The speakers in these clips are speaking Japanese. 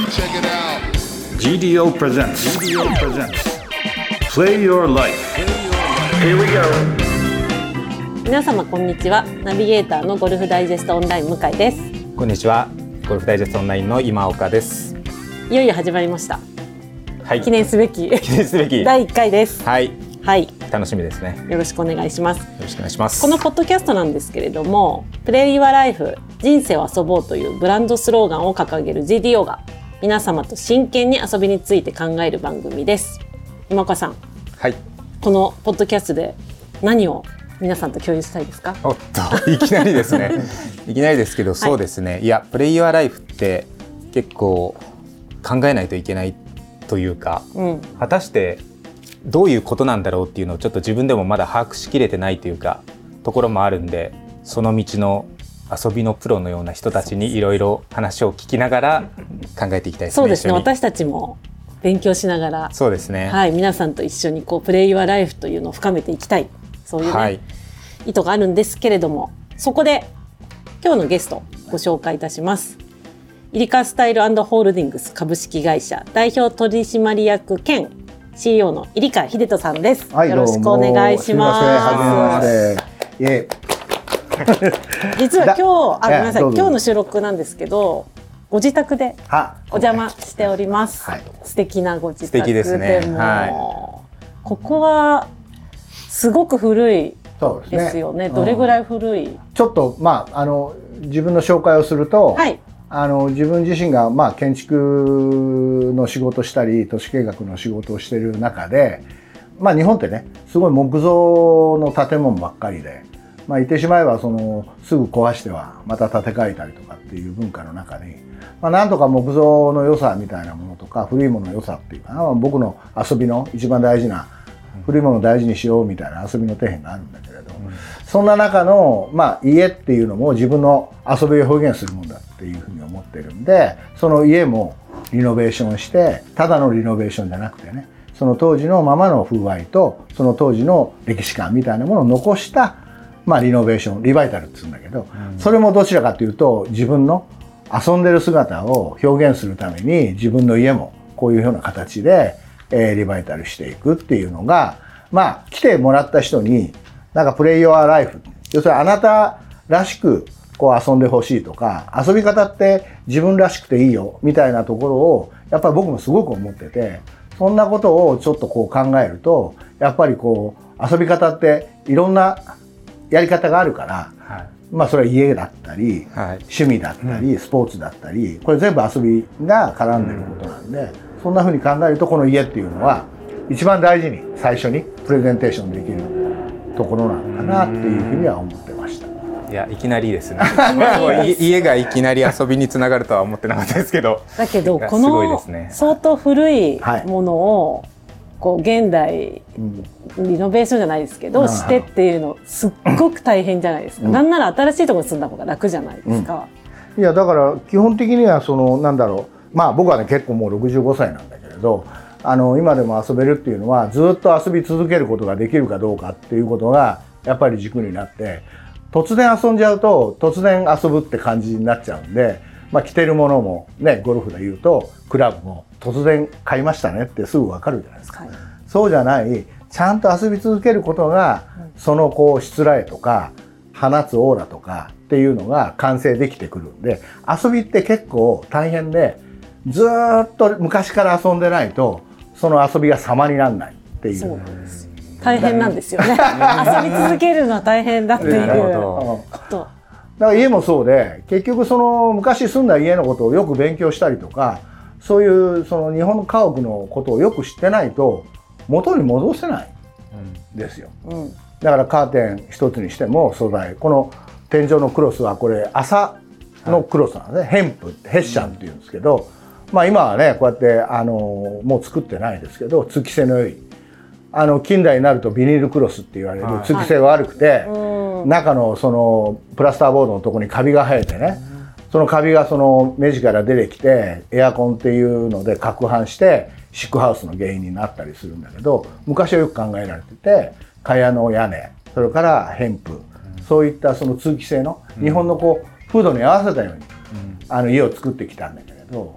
Check it out. GDO presents Play Your Life. Here we go. 皆様こんにちは。ナビゲーターのゴルフダイジェストオンライン向井です。 こんにちは。ゴルフダイジェストオンラインの今岡です。 いよいよ始まりました。 はい。 記念すべき第1回です。 はい。 はい。 楽しみですね。 よろしくお願いします。 よろしくお願いします。 このポッドキャストなんですけれども、プレイユアライフ、人生を遊ぼうというブランドスローガンを掲げる GDO が皆様と真剣に遊びについて考える番組です。今岡さん。 はい。 このポッドキャストで何を皆さんと共有したいですか？ おっと、いきなりですね。いきなりですけど、そうですね。いや、プレイユアライフって結構考えないといけないというか、果たしてどういうことなんだろうっていうのをちょっと自分でもまだ把握しきれてないというかところもあるんで、その道の遊びのプロのような人たちにいろいろ話を聞きながら考えていきたいですね。 そうですね。私たちも勉強しながら、 そうですね。 はい、皆さんと一緒にこうプレイユアライフというのを深めていきたい、そういうね、はい、意図があるんですけれども、そこで今日のゲストご紹介いたします。イリカスタイル&ホールディングス株式会社代表取締役兼 CEO の入川秀人さんです。 はい、 よろしくお願いします。実は今日ごめんなさい、今日の収録なんですけど、ご自宅でお邪魔しております。はい、素敵なご自宅で。素敵ですね。はい、ここはすごく古いですよね。どれぐらい古い？ ちょっと自分の紹介をすると。はい、自分自身が建築の仕事したり都市計画の仕事をしている中で、日本ってねすごい木造の建物ばっかりで、言ってしまえばすぐ壊してはまた建て替えたりとかっていう文化の中に、なんとか木造の良さみたいなものとか古いものの良さっていうかな、僕の遊びの一番大事な古いものを大事にしようみたいな遊びの底辺があるんだけれど、そんな中の、家っていうのも自分の遊びを表現するもんだっていうふうに思ってるんで、その家もリノベーションして、ただのリノベーションじゃなくてね、その当時のままの風合いとその当時の歴史観みたいなものを残した、リノベーション、リバイタルって言うんだけど、それもどちらかというと自分の遊んでる姿を表現するために自分の家もこういうような形でリバイタルしていくっていうのが、来てもらった人にプレイヨアライフ、要するにあなたらしくこう遊んでほしいとか、遊び方って自分らしくていいよみたいなところをやっぱり僕もすごく思ってて、そんなことをちょっとこう考えると、やっぱりこう遊び方っていろんなやり方があるから、それは家だったり、趣味だったり、スポーツだったり、これ全部遊びが絡んでることなんで、そんな風に考えるとこの家っていうのは一番大事に最初にプレゼンテーションできるところなのかなっていうふうには思ってました。 いや、いきなりですね。家がいきなり遊びにつながるとは思ってなかったですけど。 だけどこの相当古いものをこう現代リノベーションじゃないですけどしてっていうのすっごく大変じゃないですか。なんなら新しいところに住んだ方が楽じゃないですか。 いやだから基本的には僕はね結構もう65歳なんだけれど、今でも遊べるっていうのはずっと遊び続けることができるかどうかっていうことがやっぱり軸になって、突然遊んじゃうと突然遊ぶって感じになっちゃうんで、着てるものもね、ゴルフで言うとクラブも突然買いましたねってすぐ分かるじゃないですか。そうじゃない、ちゃんと遊び続けることがそのこうしつらえとか放つオーラとかっていうのが完成できてくるんで、遊びって結構大変で、ずっと昔から遊んでないとその遊びが様にならないっていう。そうなんです。 大変なんですよね。遊び続けるのは大変だっていうこと。 だから家もそうで、結局その昔住んだ家のことをよく勉強したりとか、そういうその日本の家屋のことをよく知ってないと元に戻せないんですよ。だからカーテン一つにしても素材、この天井のクロスはこれ麻のクロスなんですね。ヘンプってヘッシャンっていうんですけど、今はねこうやってもう作ってないですけど、通気性の良い近代になるとビニールクロスって言われる通気性が悪くて、中のそのプラスターボードのところにカビが生えてね、そのカビがその目地から出てきてエアコンっていうので攪拌してシックハウスの原因になったりするんだけど、昔はよく考えられてて、蚊帳の屋根、それからヘンプ、そういったその通気性の日本のこう風土に合わせたように家を作ってきたんだけれど、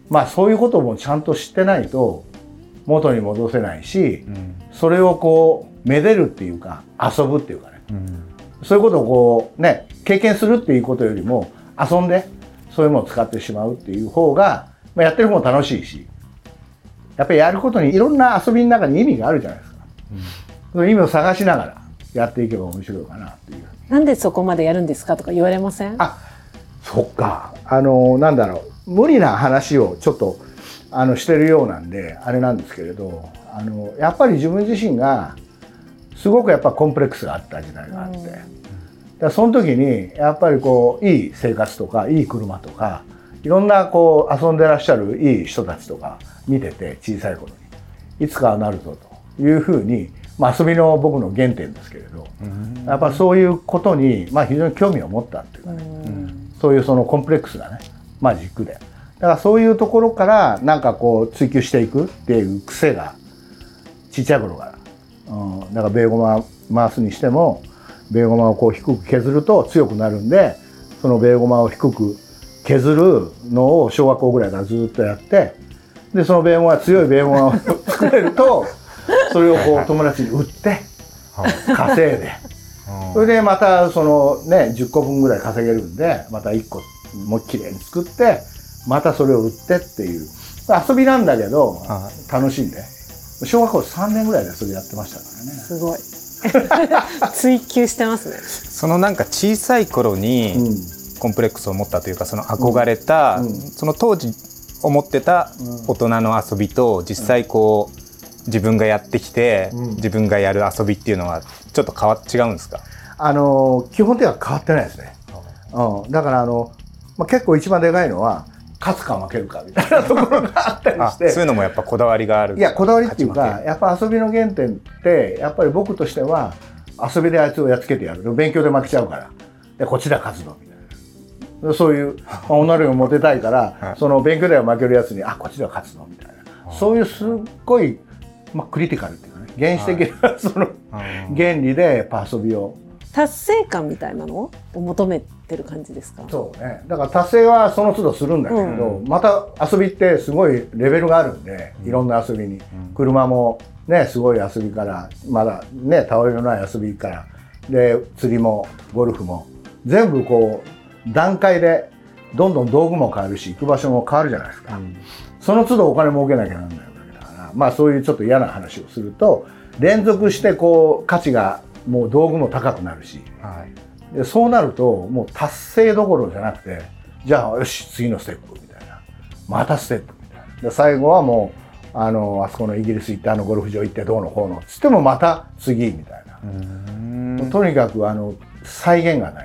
まあそういうこともちゃんと知ってないと元に戻せないし、それをこうめでるっていうか遊ぶっていうかね、そういうことをこうね経験するっていうことよりも遊んでそういうものを使ってしまうっていう方が、まあ、やってる方も楽しいし、やっぱりやることにいろんな遊びの中に意味があるじゃないですか。その意味を探しながらやっていけば面白いかなっていう。 なんでそこまでやるんですかとか言われません？ あ、そっか。なんだろう、無理な話をちょっとしてるようなんであれなんですけれど、やっぱり自分自身がすごくやっぱコンプレックスがあった時代があって、だその時にやっぱりこういい生活とかいい車とかいろんなこう遊んでらっしゃるいい人たちとか見てて、小さい頃にいつかはなるぞというふうに、まあ、遊びの僕の原点ですけれど、やっぱそういうことに、まあ、非常に興味を持ったっていうかね、そういうそのコンプレックスがね、まあ、軸でだからそういうところからなんかこう追求していくっていう癖がちっちゃい頃から、だからベーゴマ回すにしてもベーゴマをこう低く削ると強くなるんで、そのベーゴマを低く削るのを小学校ぐらいからずっとやって、でそのベーゴマ強いベーゴマを作れるとそれをこう友達に売って稼いで、それでまたそのね10個分ぐらい稼げるんでまた1個もうきれいに作ってまたそれを売ってっていう遊びなんだけど楽しんで、小学校3年ぐらいでそれやってましたからね。 すごい追求してますね。 そのなんか小さい頃にコンプレックスを持ったというか、その憧れた、その当時思ってた大人の遊びと実際こう自分がやってきて、自分がやる遊びっていうのはちょっと違うんですか？ 基本的には変わってないですね。だからまあ、結構一番でかいのは勝つか負けるかみたいなところがあったりしてそういうのもやっぱこだわりがある。 いやこだわりっていうかやっぱ遊びの原点ってやっぱり僕としては遊びであいつをやっつけてやる、勉強で負けちゃうからでこっちで勝つぞみたいな、そういう、まあ、女の子をモテたいから、その勉強では負けるやつにこっちでは勝つぞみたいな、そういうすっごい、まあ、クリティカルっていうかね原始的なその原理でやっぱ遊びを達成感みたいなのを求めてる感じですか？ そうね。だから達成はその都度するんだけれど、また遊びってすごいレベルがあるんで、いろんな遊びに、車もねすごい遊びからまだねたわりのない遊びからで釣りもゴルフも全部こう段階でどんどん道具も変わるし行く場所も変わるじゃないですか。その都度お金儲けなきゃなんないわけだから、まあそういうちょっと嫌な話をすると連続してこう価値がもう道具も高くなるし、でそうなるともう達成どころじゃなくて、じゃあよし次のステップみたいな、またステップみたいな、で最後はもうあそこのイギリス行ってゴルフ場行ってどうのこうのつってもまた次みたいな、とにかく再現がない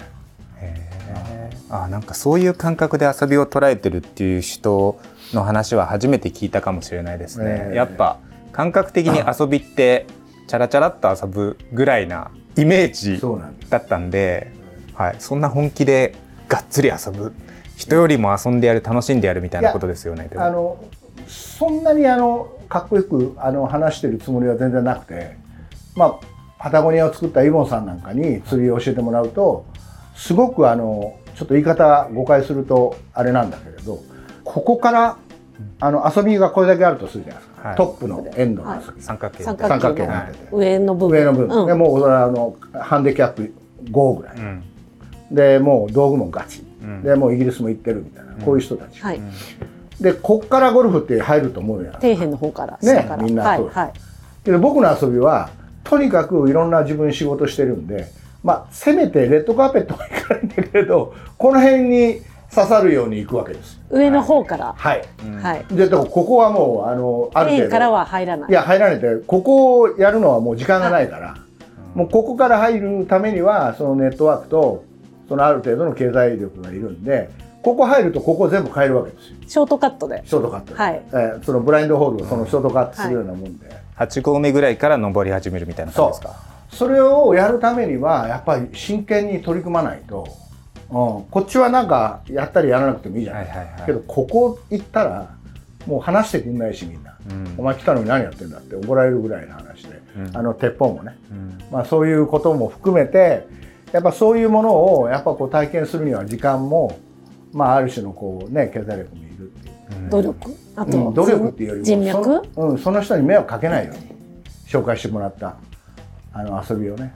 なんかそういう感覚で遊びを捉えてるっていう人の話は初めて聞いたかもしれないですね。やっぱ感覚的に遊びってチャラチャラっと遊ぶぐらいなイメージだったんで、そんな本気でがっつり遊ぶ、人よりも遊んでやる楽しんでやるみたいなことですよね。 そんなにかっこよく話してるつもりは全然なくて、まあパタゴニアを作ったイボンさんなんかに釣りを教えてもらうとすごくちょっと言い方誤解するとあれなんだけれど、ここから遊びがこれだけあるとするじゃないですか、トップのエンドの三角形になってて上の部分でもうそれはハンディキャップ5ぐらい、でもう道具もガチ、でもうイギリスも行ってるみたいな、こういう人たち、でこっからゴルフって入ると思うやん、 底辺の方から下から、 みんなそうけど僕の遊びはとにかくいろんな自分仕事してるんで、まあせめてレッドカーペットはいかないんだけれどこの辺に刺さるように行くわけです。 上の方からでここはもうある程度からは入らない。 いや入らないで、ここをやるのはもう時間がないから、もうここから入るためにはそのネットワークとそのある程度の経済力がいるんで、ここ入るとここを全部変えるわけですよ。 ショートカットで。 ショートカットで、そのブラインドホールをそのショートカットするようなもんで、 8合目ぐらいから登り始めるみたいな感じですか。 それをやるためにはやっぱり真剣に取り組まないと、こっちはなんかやったりやらなくてもいいじゃないですか、けどここ行ったらもう話してくんないし、みんな、お前来たのに何やってんだって怒られるぐらいの話で、鉄砲もね、まあそういうことも含めてやっぱそういうものをやっぱこう体験するには時間も、まあある種のこうね経済力もいるっていう。 努力、あと、 努力っていうよりも人脈、 その人に迷惑かけないように紹介してもらった遊びをね、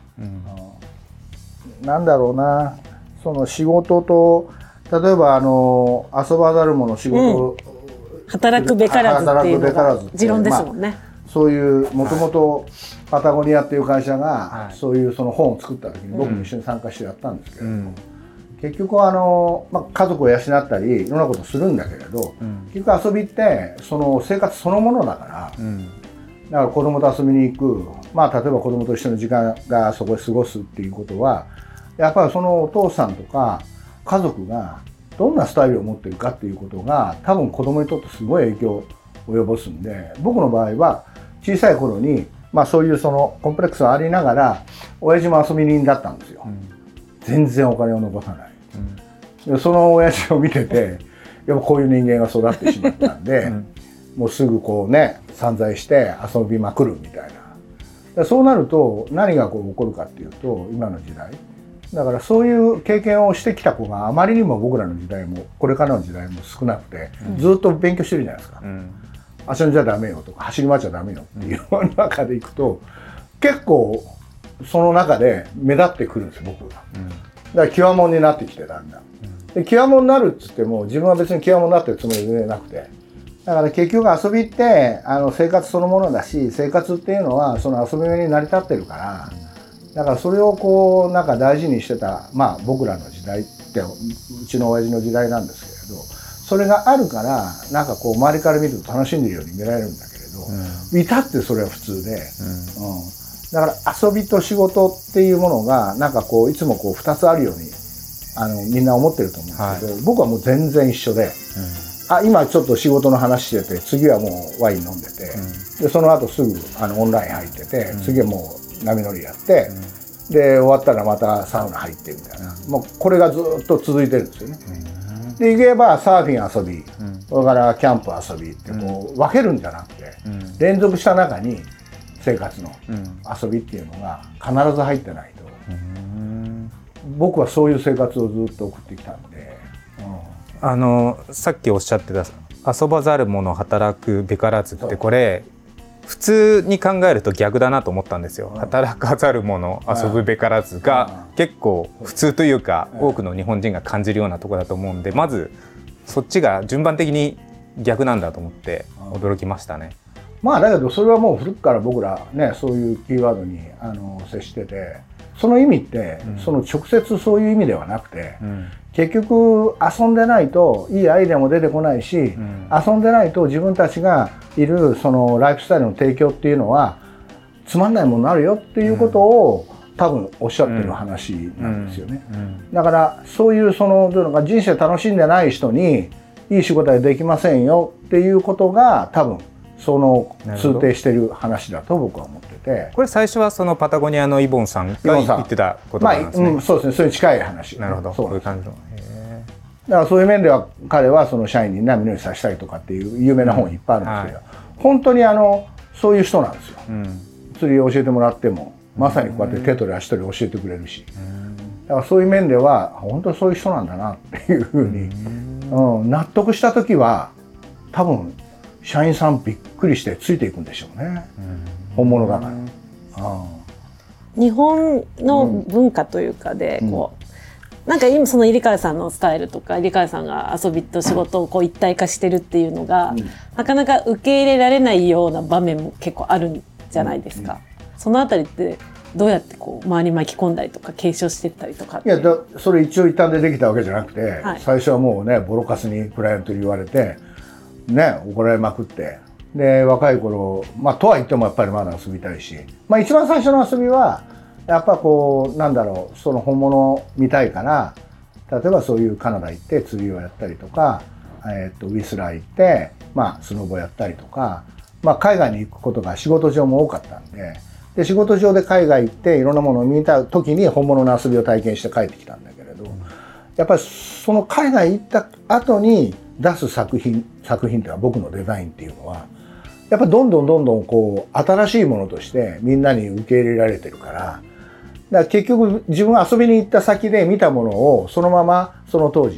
なんだろうな、その仕事と例えば遊ばざる者仕事、 働くべからずっていうのが持論ですもんね。 そういうもともとパタゴニアっていう会社がそういうその本を作った時に僕も一緒に参加してやったんですけれども、結局家族を養ったりいろんなことするんだけれど、結局遊びってその生活そのものだから、だから子供と遊びに行く、例えば子供と一緒の時間がそこで過ごすっていうことはやっぱりそのお父さんとか家族がどんなスタイルを持ってるかっていうことが多分子供にとってすごい影響を及ぼすんで、僕の場合は小さい頃にそういうそのコンプレックスがありながら親父も遊び人だったんですよ、全然お金を残さない、でその親父を見ててやっぱこういう人間が育ってしまったんで、もうすぐこうね散財して遊びまくるみたいな。そうなると何がこう起こるかっていうと、今の時代だからそういう経験をしてきた子があまりにも僕らの時代もこれからの時代も少なくて、ずっと勉強してるじゃないですか、遊んじゃダメよとか走り回っちゃダメよっていう中でいくと結構その中で目立ってくるんですよ僕が、だから極物になってきてだんだん、で極物になるっつっても自分は別に極物になってるつもりでなくて、だから結局遊びって生活そのものだし、生活っていうのはその遊びに成り立ってるから、だからそれをこうなんか大事にしてた僕らの時代ってうちの親父の時代なんですけれど、それがあるからなんかこう周りから見ると楽しんでるように見られるんだけれど、至ってそれは普通で、だから遊びと仕事っていうものがなんかこういつもこう2つあるようにみんな思ってると思うんですけど、僕はもう全然一緒で、今ちょっと仕事の話してて次はもうワイン飲んでて、でその後すぐオンライン入ってて、次はもう波乗りやって、で終わったらまたサウナ入ってみたいな、もうこれがずっと続いてるんですよね。で言えばサーフィン遊び、それからキャンプ遊びってこう分けるんじゃなくて、連続した中に生活の遊びっていうのが必ず入ってないと、僕はそういう生活をずっと送ってきたんで、 さっきおっしゃってた遊ばざる者働くべからずってこれ普通に考えると逆だなと思ったんですよ。働かざる者遊ぶべからずが結構普通というか多くの日本人が感じるようなところだと思うんで、まずそっちが順番的に逆なんだと思って驚きましたね。 だけどそれはもう古くから僕らねそういうキーワードに接してて、その意味って、その直接そういう意味ではなくて、結局遊んでないといいアイデアも出てこないし、遊んでないと自分たちがいるそのライフスタイルの提供っていうのはつまんないものになるよっていうことを多分おっしゃってる話なんですよね。だからそういうそのどういうのか人生楽しんでない人にいい仕事はできませんよっていうことが多分その通底してる話だと僕は思ってて、 これ最初はそのパタゴニアのイボンさんが言ってたことなんですね。 そうですね、それに近い話。 なるほど、そういう感じの。 だからそういう面では彼はその社員に波乗りさせたりとかっていう有名な本いっぱいあるんですけど、本当にそういう人なんですよ。釣りを教えてもらってもまさにこうやって手取り足取り教えてくれるし、だからそういう面では本当にそういう人なんだなっていうふうに、納得した時は多分社員さんびっくりしてついていくんでしょうね、本物だから。 日本の文化というかでこう、なんか今その入川さんのスタイルとか入川さんが遊びと仕事をこう一体化してるっていうのが、なかなか受け入れられないような場面も結構あるんじゃないですか。そのあたりってどうやってこう周り巻き込んだりとか継承していったりとかって。 それ一応一旦でできたわけじゃなくて、最初はもうねボロカスにクライアントに言われてね怒られまくって、で若い頃とは言ってもやっぱりまだ遊びたいし、一番最初の遊びはやっぱこうなんだろう、その本物見たいから例えばそういうカナダ行って釣りをやったりとか、ウィスラー行ってスノボやったりとか、海外に行くことが仕事上も多かったんで、仕事上で海外行っていろんなものを見た時に本物の遊びを体験して帰ってきたんだけれど、やっぱりその海外行った後に出す作品っていうのは僕のデザインっていうのはやっぱどんどんこう新しいものとしてみんなに受け入れられてるから、だから結局自分が遊びに行った先で見たものをそのままその当時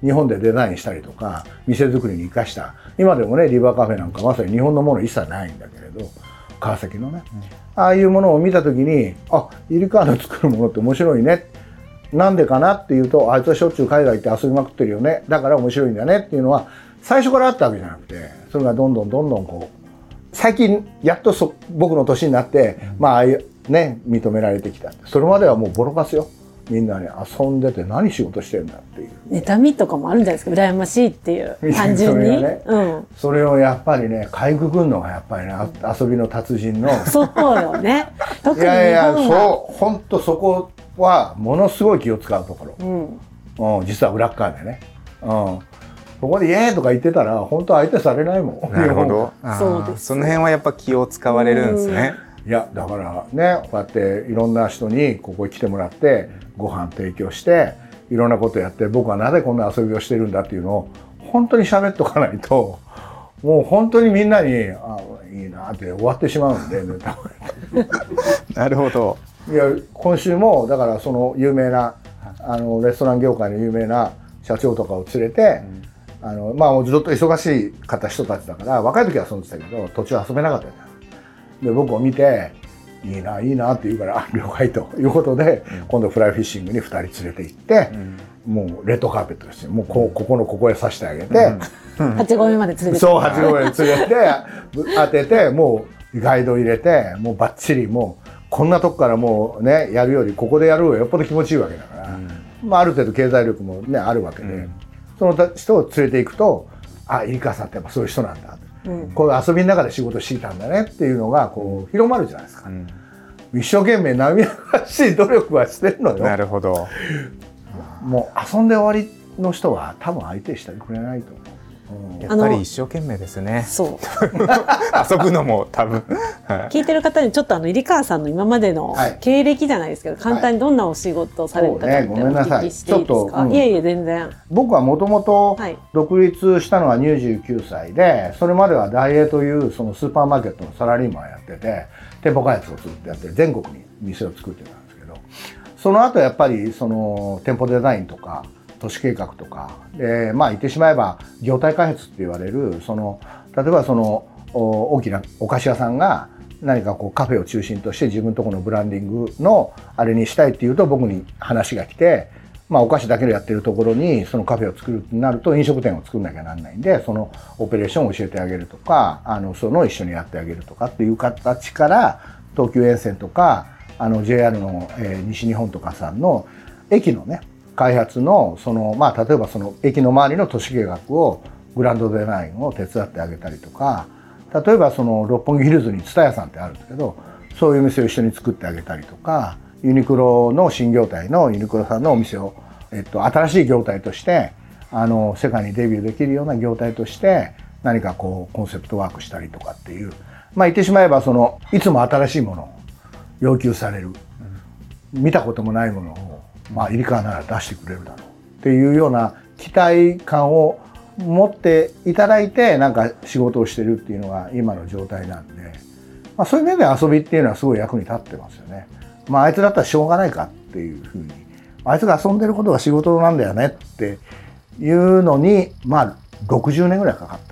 日本でデザインしたりとか店作りに生かした、今でもねリバーカフェなんかまさに日本のもの一切ないんだけれど、川崎のね、ああいうものを見た時に、あ、イリカーの作るものって面白いね、なんでかなっていうと、あいつはしょっちゅう海外行って遊びまくってるよね、だから面白いんだねっていうのは最初からあったわけじゃなくて、それがどんどんこう最近やっと僕の年になって、まあああいうね認められてきた。それまではもうボロカスよ、みんなね遊んでて何仕事してるんだっていう妬みとかもあるんじゃないですか、羨ましいっていう単純にね、 それをやっぱりねかいくぐるのがやっぱりね遊びの達人のそうよね、特に日本はいやそう本当そこはものすごい気を使うところ、実は裏っ側でね、そこでイエーイとか言ってたら本当相手されないもん。 なるほど。 そうです。 その辺はやっぱ気を使われるんですね。 いやだからね、こうやっていろんな人にここに来てもらってご飯提供していろんなことやって、僕はなぜこんな遊びをしてるんだっていうのを本当に喋っとかないと、もう本当にみんなにあいいなって終わってしまうんでネタなるほど。 いや今週もだからその有名なレストラン業界の有名な社長とかを連れて、まあずっと忙しい人たちだから若い時は遊んでたけど途中遊べなかったじゃん。で僕を見ていいないいなって言うから了解ということで、今度フライフィッシングに2人連れて行って、もうレッドカーペットですよ、もうここへ刺してあげて、 8合目まで連れてそう8合目に連れて当てて、もうガイド入れてもうバッチリ、もうこんなとこからもうねやるよりここでやる方がよっぽど気持ちいいわけだから、まあ、ある程度経済力もねあるわけで、その人を連れて行くと、あ、入川さんってやっぱそういう人なんだ、こういう遊びの中で仕事していたんだねっていうのがこう広まるじゃないですか、一生懸命涙がしい努力はしてるのよ。 なるほど。 もう遊んで終わりの人は多分相手してくれないと思う。 やっぱり一生懸命ですね。 そう遊ぶのも多分聞いてる方にちょっと入川さんの今までの経歴じゃないですけど、簡単にどんなお仕事をされたかってお聞きしていいですか？いえいえ全然。 僕はもともと独立したのは29歳で、それまではダイエーというそのスーパーマーケットのサラリーマンやってて、店舗開発をずっとやって全国に店を作ってたんですけど、その後やっぱりその店舗デザインとか都市計画とかで、まあ言ってしまえば業態開発って言われる、その例えばその大きなお菓子屋さんが何かこうカフェを中心として自分のところのブランディングのあれにしたいっていうと、僕に話が来て、まあお菓子だけでやってるところにそのカフェを作るってなると飲食店を作んなきゃなんないんで、そのオペレーションを教えてあげるとか、その一緒にやってあげるとかっていう形から、東急沿線とかJR の、西日本とかさんの駅のね開発のその、まあ例えばその駅の周りの都市計画をグランドデザインを手伝ってあげたりとか、例えばその六本木ヒルズに蔦屋さんってあるんですけど、そういう店を一緒に作ってあげたりとか、ユニクロの新業態のユニクロさんのお店を、新しい業態として世界にデビューできるような業態として何かこうコンセプトワークしたりとかっていう、まあ言ってしまえばそのいつも新しいものを要求される、見たこともないものをまあ入川なら出してくれるだろうっていうような期待感を持っていただいて、なんか仕事をしてるっていうのが今の状態なんで、まあ、そういう面で遊びっていうのはすごい役に立ってますよね。まああいつだったらしょうがないかっていうふうに、あいつが遊んでることが仕事なんだよねっていうのに、まあ60年ぐらいかかった。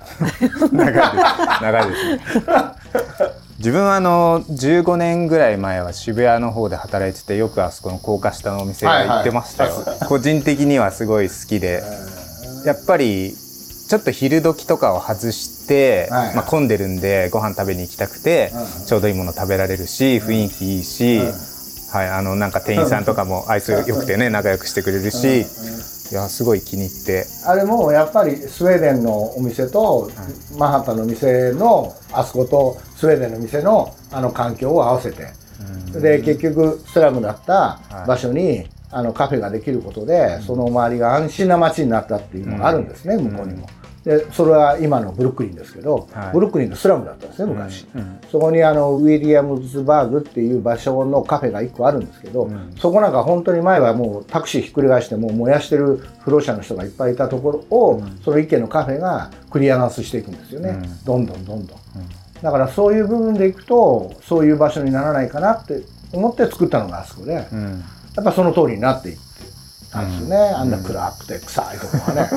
長いですね。自分は15年ぐらい前は渋谷の方で働いてて、よくあそこの高架下のお店が行ってましたよ。個人的にはすごい好きで、やっぱりちょっと昼時とかを外して、まあ、混んでるんでご飯食べに行きたくて、ちょうどいいもの食べられるし、雰囲気いいし、はい、なんか店員さんとかも愛想よくてね、仲良くしてくれるし、いやすごい気に入って。あれもやっぱりスウェーデンのお店と、マンハッタンの店のあそことスウェーデンの店の環境を合わせて、で結局スラムだった場所にカフェができることで、その周りが安心な街になったっていうのがあるんですね、向こうにも。でそれは今のブルックリンですけど、ブルックリンのスラムだったんですね昔、そこにウィリアムズバーグっていう場所のカフェが1個あるんですけど、そこなんか本当に前はもうタクシーひっくり返してもう燃やしてる不老者の人がいっぱいいたところを、その1軒のカフェがクリアランスしていくんですよね、どんどん。だからそういう部分でいくとそういう場所にならないかなって思って作ったのがあそこで、やっぱその通りになっていってたんですよね、あんな暗くて臭いところがね。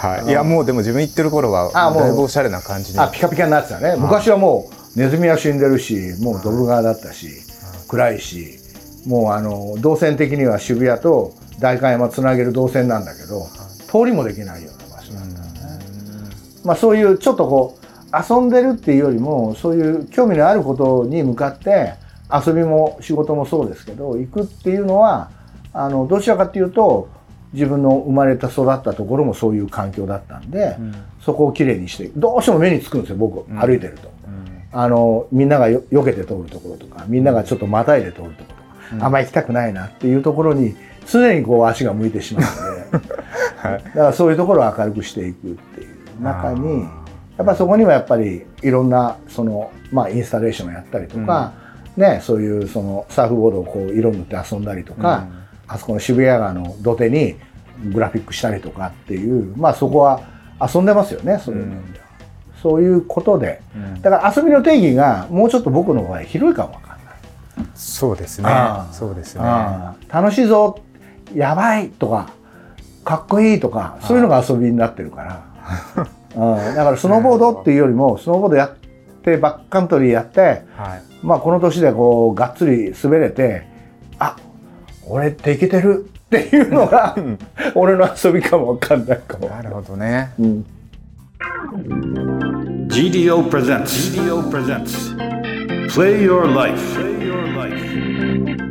はい、いやもうでも自分行ってる頃はだいぶおしゃれな感じでピカピカになってたね。昔はもうネズミは死んでるし、もうドブ川だったし、暗いし、もう動線的には渋谷と代官山つなげる動線なんだけど、通りもできないような場所なんだよね。そういうちょっとこう遊んでるっていうよりも、そういう興味のあることに向かって遊びも仕事もそうですけど行くっていうのはどちらかっていうと自分の生まれた育ったところもそういう環境だったんで、そこをきれいにしてどうしても目につくんですよ、僕歩いてると。みんなが避けて通るところとか、みんながちょっとまたいで通るところとか、あんま行きたくないなっていうところに常にこう足が向いてしまうのでだからそういうところを明るくしていくっていう中に、やっぱりそこにはやっぱりいろんなインスタレーションをやったりとか、そういうサーフボードをこう色塗って遊んだりとか、あそこの渋谷川の土手にグラフィックしたりとかっていう、そこは遊んでますよね、そういう面では。そういうことで、だから遊びの定義がもうちょっと僕の場合広いかもわかんない。 そうですね。そうですね。 楽しいぞ、やばいとか、かっこいいとか、そういうのが遊びになってるから。だからスノーボードっていうよりもスノーボードやってバックカントリーやって、この年でこうがっつり滑れて、俺っていけてるっていうのが俺の遊びかもわかんないかも。 なるほどね。 GDO presents Play Your Life